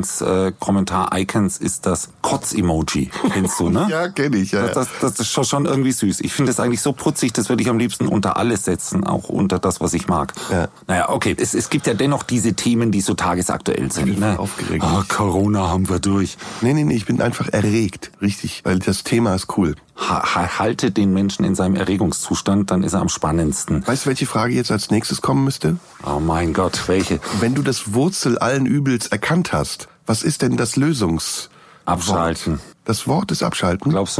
B: Lieblings-Kommentar-Icons ist das Kotz-Emoji. Kennst du, ne?
C: Ja, kenn ich. Ja,
B: das, das, das ist schon, schon irgendwie süß. Ich finde das eigentlich so putzig, das würde ich am liebsten unter alles setzen, auch unter das, was ich mag.
C: Ja.
B: Naja, okay. Es, es gibt ja dennoch diese Themen, die so tagesaktuell sind.
C: Ich bin
B: ne?
C: aufgeregt.
B: Oh, Corona haben wir durch.
C: Nee, nee, nee, ich bin einfach erregt. Richtig, weil das Thema ist cool.
B: Ha, halte den Menschen in seinem Erregungszustand, dann ist er am spannendsten.
C: Weißt du, welche Frage jetzt als nächstes kommen müsste?
B: Oh mein Gott, welche?
C: Wenn du das Wurzel allen Übels erkannt hast, was ist denn das Lösungs...
B: Abschalten.
C: Wort? Das Wort ist abschalten?
B: Glaubst du?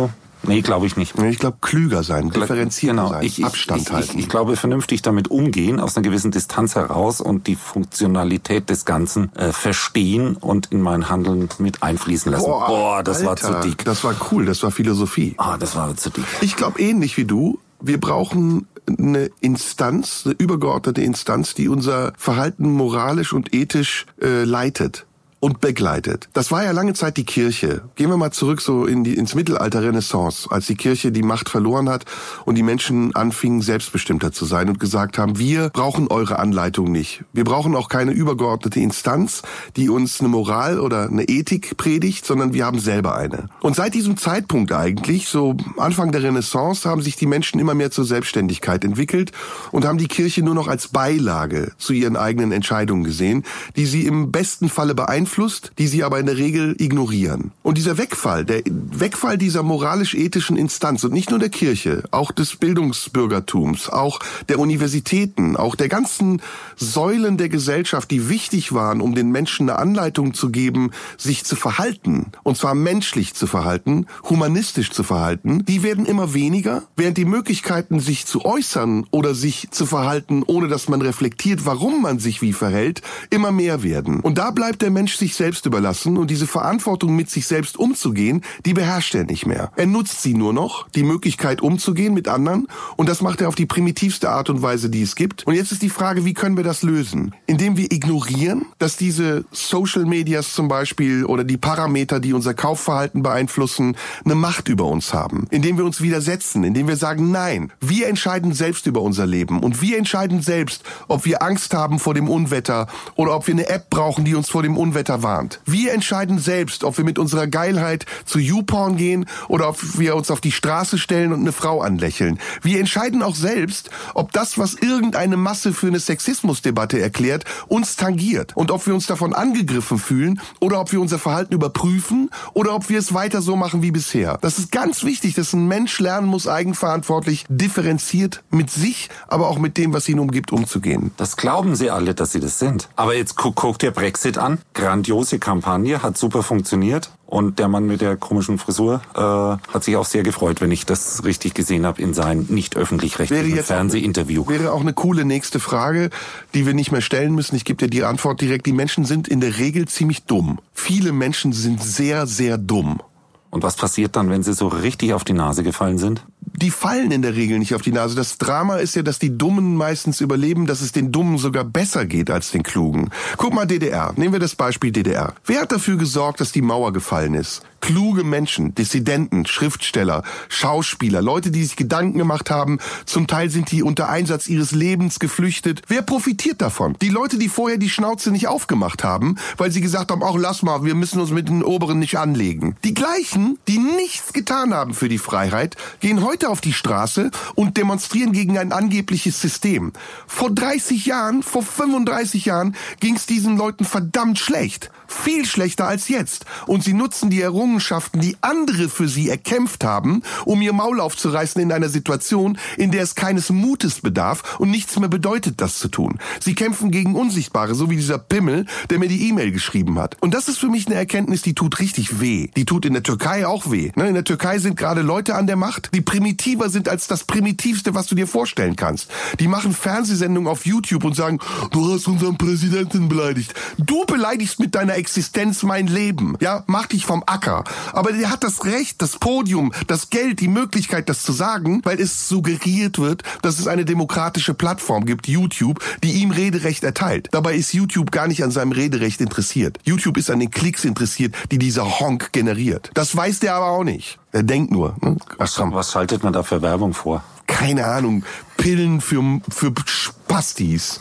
B: Nee, glaube ich nicht.
C: Ich glaube, klüger sein, differenzierter
B: genau.
C: sein,
B: ich, ich,
C: Abstand
B: ich,
C: halten.
B: Ich, ich glaube, vernünftig damit umgehen, aus einer gewissen Distanz heraus und die Funktionalität des Ganzen äh, verstehen und in mein Handeln mit einfließen lassen.
C: Boah,
B: Boah das
C: Alter,
B: war zu dick.
C: Das war cool, das war Philosophie.
B: Ah, das war zu dick.
C: Ich glaube ähnlich wie du, wir brauchen eine Instanz, eine übergeordnete Instanz, die unser Verhalten moralisch und ethisch äh, leitet und begleitet. Das war ja lange Zeit die Kirche. Gehen wir mal zurück so in die, ins Mittelalter, Renaissance, als die Kirche die Macht verloren hat und die Menschen anfingen, selbstbestimmter zu sein und gesagt haben, wir brauchen eure Anleitung nicht. Wir brauchen auch keine übergeordnete Instanz, die uns eine Moral oder eine Ethik predigt, sondern wir haben selber eine. Und seit diesem Zeitpunkt eigentlich, so Anfang der Renaissance, haben sich die Menschen immer mehr zur Selbstständigkeit entwickelt und haben die Kirche nur noch als Beilage zu ihren eigenen Entscheidungen gesehen, die sie im besten Falle beeinflussen, die sie aber in der Regel ignorieren. Und dieser Wegfall, der Wegfall dieser moralisch-ethischen Instanz und nicht nur der Kirche, auch des Bildungsbürgertums, auch der Universitäten, auch der ganzen Säulen der Gesellschaft, die wichtig waren, um den Menschen eine Anleitung zu geben, sich zu verhalten, und zwar menschlich zu verhalten, humanistisch zu verhalten, die werden immer weniger, während die Möglichkeiten, sich zu äußern oder sich zu verhalten, ohne dass man reflektiert, warum man sich wie verhält, immer mehr werden. Und da bleibt der Mensch sich selbst überlassen und diese Verantwortung, mit sich selbst umzugehen, die beherrscht er nicht mehr. Er nutzt sie nur noch, die Möglichkeit umzugehen mit anderen, und das macht er auf die primitivste Art und Weise, die es gibt. Und jetzt ist die Frage, wie können wir das lösen? Indem wir ignorieren, dass diese Social Medias zum Beispiel oder die Parameter, die unser Kaufverhalten beeinflussen, eine Macht über uns haben. Indem wir uns widersetzen, indem wir sagen, nein, wir entscheiden selbst über unser Leben und wir entscheiden selbst, ob wir Angst haben vor dem Unwetter oder ob wir eine App brauchen, die uns vor dem Unwetter warnt. Wir entscheiden selbst, ob wir mit unserer Geilheit zu YouPorn gehen oder ob wir uns auf die Straße stellen und eine Frau anlächeln. Wir entscheiden auch selbst, ob das, was irgendeine Masse für eine Sexismusdebatte erklärt, uns tangiert und ob wir uns davon angegriffen fühlen oder ob wir unser Verhalten überprüfen oder ob wir es weiter so machen wie bisher. Das ist ganz wichtig, dass ein Mensch lernen muss, eigenverantwortlich, differenziert mit sich, aber auch mit dem, was ihn umgibt, umzugehen.
B: Das glauben sie alle, dass sie das sind. Aber jetzt guck, guck dir Brexit an. Grandiose Kampagne, hat super funktioniert. Und der Mann mit der komischen Frisur äh, hat sich auch sehr gefreut, wenn ich das richtig gesehen habe, in seinem nicht öffentlich-rechtlichen Fernsehinterview.
C: Wäre auch eine coole nächste Frage, die wir nicht mehr stellen müssen. Ich gebe dir die Antwort direkt. Die Menschen sind in der Regel ziemlich dumm. Viele Menschen sind sehr, sehr dumm.
B: Und was passiert dann, wenn sie so richtig auf die Nase gefallen sind?
C: Die fallen in der Regel nicht auf die Nase. Das Drama ist ja, dass die Dummen meistens überleben, dass es den Dummen sogar besser geht als den Klugen. Guck mal D D R. Nehmen wir das Beispiel D D R. Wer hat dafür gesorgt, dass die Mauer gefallen ist? Kluge Menschen, Dissidenten, Schriftsteller, Schauspieler, Leute, die sich Gedanken gemacht haben. Zum Teil sind die unter Einsatz ihres Lebens geflüchtet. Wer profitiert davon? Die Leute, die vorher die Schnauze nicht aufgemacht haben, weil sie gesagt haben, ach lass mal, wir müssen uns mit den Oberen nicht anlegen. Die gleichen, die nichts getan haben für die Freiheit, gehen heute auf die Straße und demonstrieren gegen ein angebliches System. Vor dreißig Jahren, vor fünfunddreißig Jahren ging es diesen Leuten verdammt schlecht. Viel schlechter als jetzt. Und sie nutzen die Errungenschaften, die andere für sie erkämpft haben, um ihr Maul aufzureißen in einer Situation, in der es keines Mutes bedarf und nichts mehr bedeutet, das zu tun. Sie kämpfen gegen Unsichtbare, so wie dieser Pimmel, der mir die E-Mail geschrieben hat. Und das ist für mich eine Erkenntnis, die tut richtig weh. Die tut in der Türkei auch weh. In der Türkei sind gerade Leute an der Macht, die primitiver sind als das Primitivste, was du dir vorstellen kannst. Die machen Fernsehsendungen auf YouTube und sagen, du hast unseren Präsidenten beleidigt. Du beleidigst mit deiner Existenz mein Leben. Ja, mach dich vom Acker. Aber der hat das Recht, das Podium, das Geld, die Möglichkeit, das zu sagen, weil es suggeriert wird, dass es eine demokratische Plattform gibt, YouTube, die ihm Rederecht erteilt. Dabei ist YouTube gar nicht an seinem Rederecht interessiert. YouTube ist an den Klicks interessiert, die dieser Honk generiert. Das weiß der aber auch nicht. Er denkt nur. Ne?
B: Was, was schaltet man da für Werbung vor?
C: Keine Ahnung. Pillen für, für Spastis.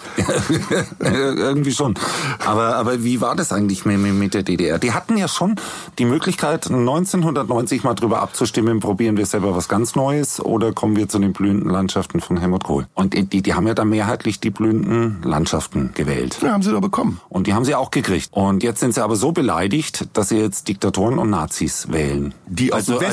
B: Irgendwie schon. Aber, aber wie war das eigentlich mit, mit der D D R? Die hatten ja schon die Möglichkeit, neunzehnhundertneunzig mal drüber abzustimmen, probieren wir selber was ganz Neues oder kommen wir zu den blühenden Landschaften von Helmut Kohl. Und die, die haben ja dann mehrheitlich die blühenden Landschaften gewählt.
C: Ja, haben sie doch bekommen.
B: Und die haben sie auch gekriegt. Und jetzt sind sie aber so beleidigt, dass sie jetzt Diktatoren und Nazis wählen.
C: Die aus
B: also,
C: dem Westen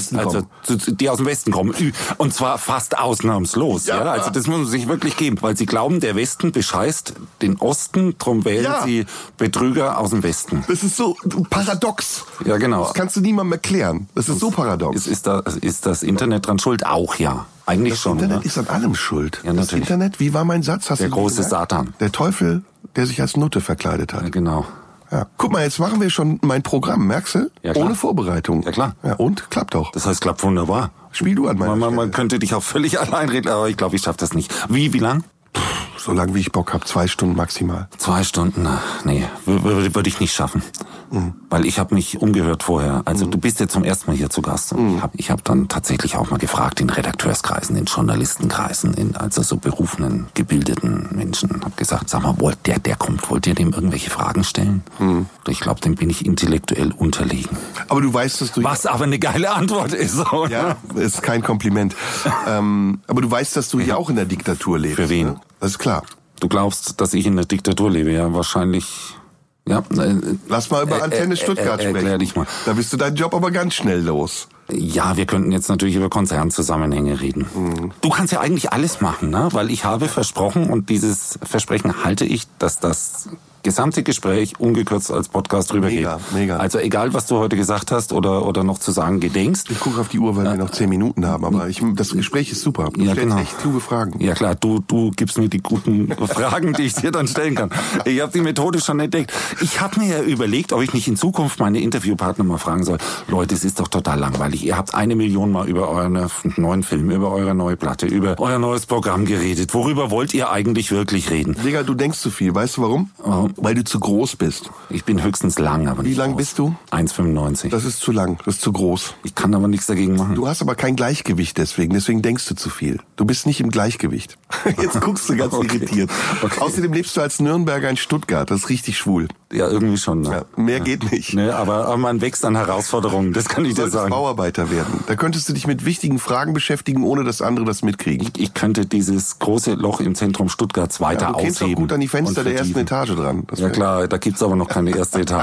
C: Westen kommen.
B: Also die aus dem Westen kommen. Und zwar fast ausnahmslos. Ja. ja. Also das muss man sich wirklich geben. Weil sie glauben, der Westen bescheißt den Osten, drum wählen ja. sie Betrüger aus dem Westen.
C: Das ist so paradox.
B: Ja, genau.
C: Das kannst du niemandem erklären. Das ist so paradox.
B: Ist, ist, da, ist das Internet dran schuld? Auch ja. Eigentlich
C: das
B: schon.
C: Das Internet
B: oder?
C: ist an allem schuld.
B: Ja,
C: das
B: natürlich.
C: Internet, wie war mein Satz? Hast
B: der
C: du
B: große
C: gemerkt?
B: Satan.
C: Der Teufel, der sich als Nutte verkleidet hat.
B: Ja, genau.
C: Ja. Guck mal, jetzt machen wir schon mein Programm, merkst du?
B: Ja, klar.
C: Ohne Vorbereitung.
B: Ja, klar.
C: Ja, und? Klappt doch.
B: Das heißt, klappt wunderbar.
C: Spiel du an meiner
B: man, man, man
C: Stelle.
B: könnte dich auch völlig allein reden, aber ich glaube, ich schaffe das nicht. Wie, wie lang?
C: So lang wie ich Bock hab, zwei Stunden maximal.
B: Zwei Stunden? Nee, würde würd ich nicht schaffen. Mhm. Weil ich habe mich umgehört vorher. Also mhm. du bist ja zum ersten Mal hier zu Gast. Und mhm. ich habe ich hab dann tatsächlich auch mal gefragt in Redakteuskreisen, in Journalistenkreisen, in also so berufenen, gebildeten Menschen. Hab gesagt, sag mal, wollt der, der kommt, wollt ihr dem irgendwelche Fragen stellen? Mhm. Ich glaube, dem bin ich intellektuell unterlegen.
C: Aber du weißt, dass du...
B: Was aber eine geile Antwort ist. Oder?
C: Ja, ist kein Kompliment. ähm, aber du weißt, dass du hier auch in der Diktatur lebst.
B: Für wen?
C: Ne? Das ist klar.
B: Du glaubst, dass ich in der Diktatur lebe? Ja, wahrscheinlich... Ja, äh,
C: Lass mal über äh, Antenne Stuttgart äh, äh,
B: sprechen. Dich mal.
C: Da bist du deinen Job aber ganz schnell los.
B: Ja, wir könnten jetzt natürlich über Konzernzusammenhänge reden. Mhm. Du kannst ja eigentlich alles machen, ne? Weil ich habe versprochen und dieses Versprechen halte ich, dass das gesamte Gespräch ungekürzt als Podcast rübergeht.
C: Mega, mega.
B: Also egal, was du heute gesagt hast oder oder noch zu sagen gedenkst.
C: Ich gucke auf die Uhr, weil äh, wir noch zehn Minuten haben, aber ich, das Gespräch ist super. Du
B: ja,
C: stellst
B: genau.
C: echt kluge Fragen.
B: Ja klar, du du gibst mir die guten Fragen, die ich dir dann stellen kann. Ich habe die Methode schon entdeckt. Ich habe mir ja überlegt, ob ich nicht in Zukunft meine Interviewpartner mal fragen soll, Leute, es ist doch total langweilig. Ihr habt eine Million Mal über euren neuen Film, über eure neue Platte, über euer neues Programm geredet. Worüber wollt ihr eigentlich wirklich reden?
C: Digga, du denkst zu viel. Weißt du warum?
B: Warum?
C: Weil du zu groß bist.
B: Ich bin höchstens lang, aber nicht
C: Wie lang
B: groß.
C: bist du?
B: eins Komma fünfundneunzig.
C: Das ist zu lang, das ist zu groß.
B: Ich kann aber nichts dagegen machen.
C: Du hast aber kein Gleichgewicht deswegen, deswegen denkst du zu viel. Du bist nicht im Gleichgewicht. Jetzt guckst du ganz okay. irritiert. Okay. Außerdem lebst du als Nürnberger in Stuttgart, das ist richtig schwul.
B: Ja, irgendwie schon. Ne?
C: Ja, mehr ja. geht nicht.
B: Ne, aber, aber man wächst an Herausforderungen, das kann ich
C: du
B: dir sagen.
C: Du Bauarbeiter werden. Da könntest du dich mit wichtigen Fragen beschäftigen, ohne dass andere das mitkriegen.
B: Ich, ich könnte dieses große Loch im Zentrum Stuttgarts weiter
C: ja, du
B: ausheben.
C: Du auch gut an die Fenster der ersten Etage dran. Das
B: ja klar, da gibt's aber noch keine erste Etage.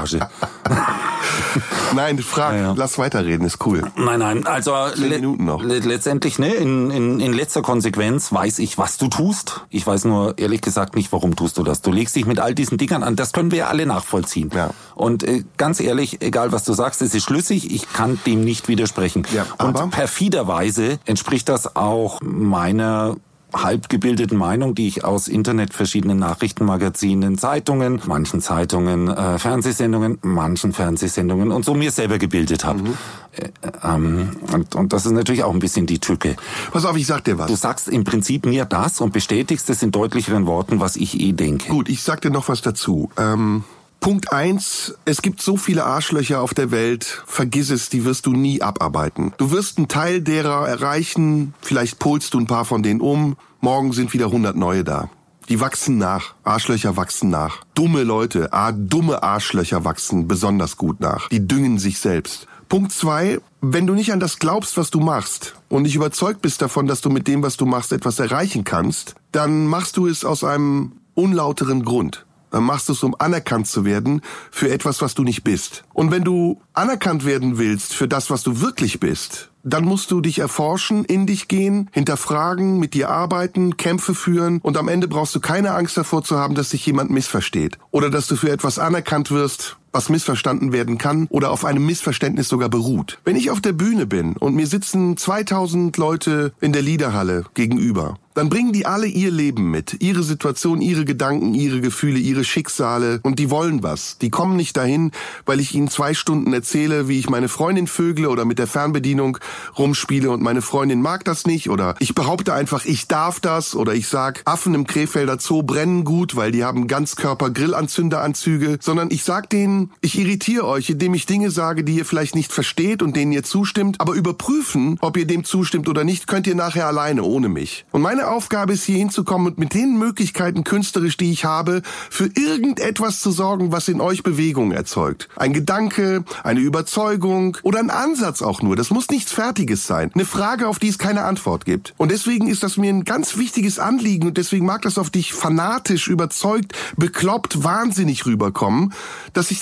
C: Nein, frag, ja, ja. lass weiterreden, ist cool.
B: Nein, nein, also
C: Zehn Minuten noch.
B: Le- letztendlich, ne, in, in, in letzter Konsequenz weiß ich, was du tust. Ich weiß nur ehrlich gesagt nicht, warum tust du das. Du legst dich mit all diesen Dingern an, das können wir ja alle nachvollziehen.
C: Ja.
B: Und äh, ganz ehrlich, egal was du sagst, es ist schlüssig, ich kann dem nicht widersprechen.
C: Ja, aber
B: und perfiderweise entspricht das auch meiner halbgebildeten Meinung, die ich aus Internet, verschiedenen Nachrichtenmagazinen, Zeitungen, manchen Zeitungen, äh, Fernsehsendungen, manchen Fernsehsendungen und so mir selber gebildet habe. Mhm. Äh, ähm, und, und das ist natürlich auch ein bisschen die Tücke.
C: Pass auf, ich sag dir was.
B: Du sagst im Prinzip mir das und bestätigst es in deutlicheren Worten, was ich eh denke.
C: Gut, ich sag dir noch was dazu. Ähm Punkt eins, es gibt so viele Arschlöcher auf der Welt, vergiss es, die wirst du nie abarbeiten. Du wirst einen Teil derer erreichen, vielleicht polst du ein paar von denen um, morgen sind wieder hundert neue da. Die wachsen nach, Arschlöcher wachsen nach. Dumme Leute, ah, dumme Arschlöcher wachsen besonders gut nach. Die düngen sich selbst. Punkt zwei, wenn du nicht an das glaubst, was du machst und nicht überzeugt bist davon, dass du mit dem, was du machst, etwas erreichen kannst, dann machst du es aus einem unlauteren Grund. Dann machst du es, um anerkannt zu werden für etwas, was du nicht bist. Und wenn du anerkannt werden willst für das, was du wirklich bist, dann musst du dich erforschen, in dich gehen, hinterfragen, mit dir arbeiten, Kämpfe führen und am Ende brauchst du keine Angst davor zu haben, dass dich jemand missversteht oder dass du für etwas anerkannt wirst, was missverstanden werden kann oder auf einem Missverständnis sogar beruht. Wenn ich auf der Bühne bin und mir sitzen zweitausend Leute in der Liederhalle gegenüber, dann bringen die alle ihr Leben mit, ihre Situation, ihre Gedanken, ihre Gefühle, ihre Schicksale und die wollen was. Die kommen nicht dahin, weil ich ihnen zwei Stunden erzähle, wie ich meine Freundin vögle oder mit der Fernbedienung rumspiele und meine Freundin mag das nicht oder ich behaupte einfach, ich darf das oder ich sag, Affen im Krefelder Zoo brennen gut, weil die haben Ganzkörper-Grillanzünderanzüge, sondern ich sag denen, ich irritiere euch, indem ich Dinge sage, die ihr vielleicht nicht versteht und denen ihr zustimmt, aber überprüfen, ob ihr dem zustimmt oder nicht, könnt ihr nachher alleine, ohne mich. Und meine Aufgabe ist, hier hinzukommen und mit den Möglichkeiten künstlerisch, die ich habe, für irgendetwas zu sorgen, was in euch Bewegung erzeugt. Ein Gedanke, eine Überzeugung oder ein Ansatz auch nur. Das muss nichts Fertiges sein. Eine Frage, auf die es keine Antwort gibt. Und deswegen ist das mir ein ganz wichtiges Anliegen und deswegen mag das auf dich fanatisch, überzeugt, bekloppt, wahnsinnig rüberkommen, dass ich das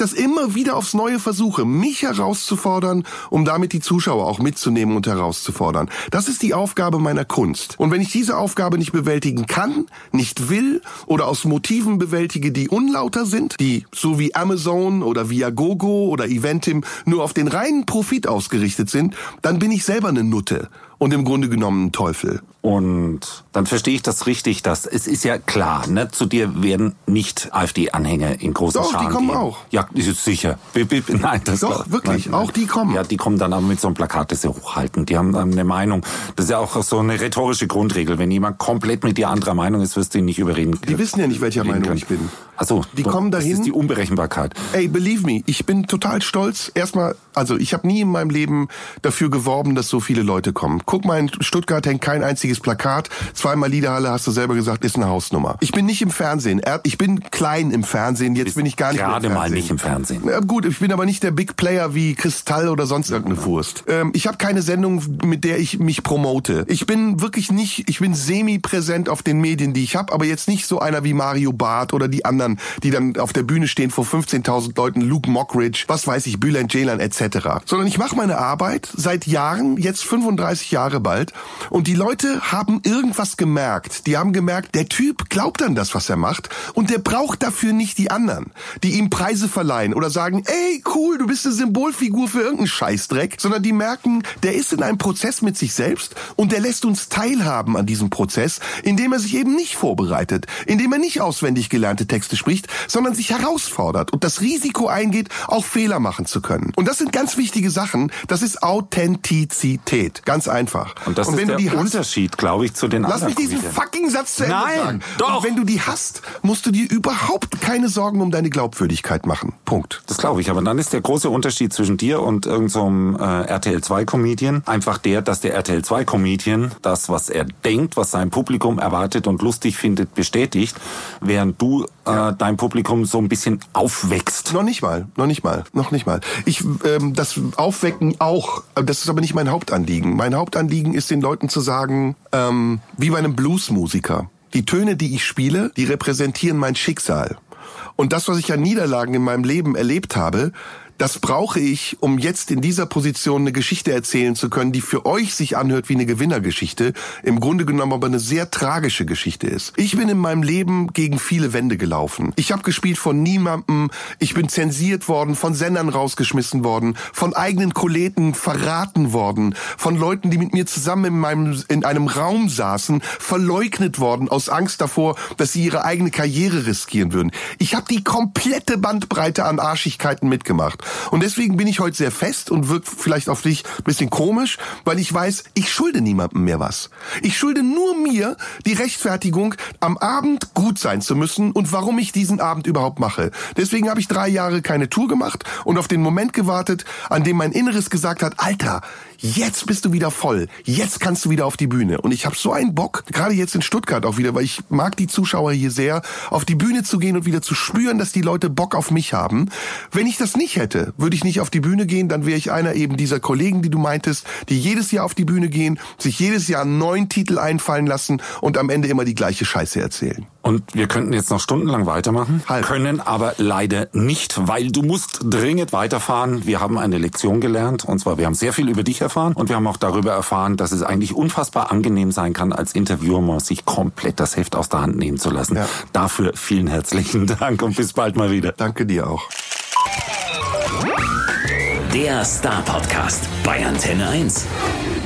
C: das immer wieder aufs Neue versuche, mich herauszufordern, um damit die Zuschauer auch mitzunehmen und herauszufordern. Das ist die Aufgabe meiner Kunst. Und wenn ich diese Aufgabe nicht bewältigen kann, nicht will oder aus Motiven bewältige, die unlauter sind, die so wie Amazon oder Viagogo oder Eventim nur auf den reinen Profit ausgerichtet sind, dann bin ich selber eine Nutte und im Grunde genommen ein Teufel.
B: Und dann verstehe ich das richtig, dass es ist ja klar, ne, zu dir werden nicht AfD-Anhänger in großen
C: Doch,
B: Scharen
C: die kommen
B: gehen.
C: auch.
B: Ja, ist sicher. Nein, das
C: Doch,
B: war,
C: wirklich,
B: nein, nein.
C: auch die kommen.
B: Ja, die kommen dann aber mit so einem Plakat, das sie hochhalten. Die haben dann eine Meinung. Das ist ja auch so eine rhetorische Grundregel. Wenn jemand komplett mit dir anderer Meinung ist, wirst du ihn nicht überreden.
C: Die wissen ja nicht, welcher Meinung
B: können.
C: ich bin.
B: Ach so,
C: die kommen dahin.
B: Das ist die Unberechenbarkeit.
C: Ey, believe me, ich bin total stolz. Erstmal, also ich habe nie in meinem Leben dafür geworben, dass so viele Leute kommen. Guck mal, in Stuttgart hängt kein einziges Plakat. Zweimal Liederhalle, hast du selber gesagt, ist eine Hausnummer. Ich bin nicht im Fernsehen. Ich bin klein im Fernsehen. Jetzt bin ich gar nicht
B: gerade
C: mehr im
B: mal
C: Fernsehen.
B: nicht im Fernsehen.
C: Ja, gut, ich bin aber nicht der Big Player wie Kristall oder sonst irgendeine Wurst. Ähm, ich habe keine Sendung, mit der ich mich promote. Ich bin wirklich nicht, ich bin semi-präsent auf den Medien, die ich habe, aber jetzt nicht so einer wie Mario Barth oder die anderen, die dann auf der Bühne stehen vor fünfzehntausend Leuten, Luke Mockridge, was weiß ich, Bülent Ceylan et cetera. Sondern ich mache meine Arbeit seit Jahren, jetzt fünfunddreißig Jahre bald, und die Leute haben irgendwas gemerkt. Die haben gemerkt, der Typ glaubt an das, was er macht, und der braucht dafür nicht die anderen, die ihm Preise verleihen oder sagen, ey, cool, du bist eine Symbolfigur für irgendeinen Scheißdreck, sondern die merken, der ist in einem Prozess mit sich selbst und der lässt uns teilhaben an diesem Prozess, indem er sich eben nicht vorbereitet, indem er nicht auswendig gelernte Texte spricht, sondern sich herausfordert und das Risiko eingeht, auch Fehler machen zu können. Und das sind ganz wichtige Sachen. Das ist Authentizität. Ganz einfach.
B: Und das
C: und wenn
B: ist
C: du
B: der
C: die
B: Unterschied,
C: hast,
B: glaube ich, zu den
C: lass
B: anderen.
C: mich diesen
B: Comedians.
C: fucking Satz zu Ende
B: Nein,
C: sagen.
B: doch.
C: Und wenn du die hast, musst du dir überhaupt keine Sorgen um deine Glaubwürdigkeit machen. Punkt.
B: Das glaube ich, aber dann ist der große Unterschied zwischen dir und irgendeinem so äh, R T L zwei Comedian einfach der, dass der R T L zwei Comedian das, was er denkt, was sein Publikum erwartet und lustig findet, bestätigt, während du äh, ja. dein Publikum so ein bisschen aufwächst.
C: Noch nicht mal, noch nicht mal, noch nicht mal. Ich, ähm, das Aufwecken auch, das ist aber nicht mein Hauptanliegen. Mein Hauptanliegen ist den Leuten zu sagen, ähm, wie bei einem Bluesmusiker. Die Töne, die ich spiele, die repräsentieren mein Schicksal. Und das, was ich an Niederlagen in meinem Leben erlebt habe, das brauche ich, um jetzt in dieser Position eine Geschichte erzählen zu können, die für euch sich anhört wie eine Gewinnergeschichte, im Grunde genommen aber eine sehr tragische Geschichte ist. Ich bin in meinem Leben gegen viele Wände gelaufen. Ich habe gespielt von niemandem, ich bin zensiert worden, von Sendern rausgeschmissen worden, von eigenen Kollegen verraten worden, von Leuten, die mit mir zusammen in meinem in einem Raum saßen, verleugnet worden aus Angst davor, dass sie ihre eigene Karriere riskieren würden. Ich habe die komplette Bandbreite an Arschigkeiten mitgemacht. Und deswegen bin ich heute sehr fest und wirkt vielleicht auf dich ein bisschen komisch, weil ich weiß, ich schulde niemandem mehr was. Ich schulde nur mir die Rechtfertigung, am Abend gut sein zu müssen und warum ich diesen Abend überhaupt mache. Deswegen habe ich drei Jahre keine Tour gemacht und auf den Moment gewartet, an dem mein Inneres gesagt hat, Alter, jetzt bist du wieder voll, jetzt kannst du wieder auf die Bühne. Und ich habe so einen Bock, gerade jetzt in Stuttgart auch wieder, weil ich mag die Zuschauer hier sehr, auf die Bühne zu gehen und wieder zu spüren, dass die Leute Bock auf mich haben. Wenn ich das nicht hätte, würde ich nicht auf die Bühne gehen, dann wäre ich einer eben dieser Kollegen, die du meintest, die jedes Jahr auf die Bühne gehen, sich jedes Jahr einen neuen Titel einfallen lassen und am Ende immer die gleiche Scheiße erzählen.
B: Und wir könnten jetzt noch stundenlang weitermachen,
C: Halb.
B: können aber leider nicht, weil du musst dringend weiterfahren. Wir haben eine Lektion gelernt, und zwar wir haben sehr viel über dich erfahren und wir haben auch darüber erfahren, dass es eigentlich unfassbar angenehm sein kann, als Interviewer mal sich komplett das Heft aus der Hand nehmen zu lassen.
C: Ja.
B: Dafür vielen herzlichen Dank und bis bald mal wieder.
C: Danke dir auch.
A: Der Star Podcast bei Antenne eins.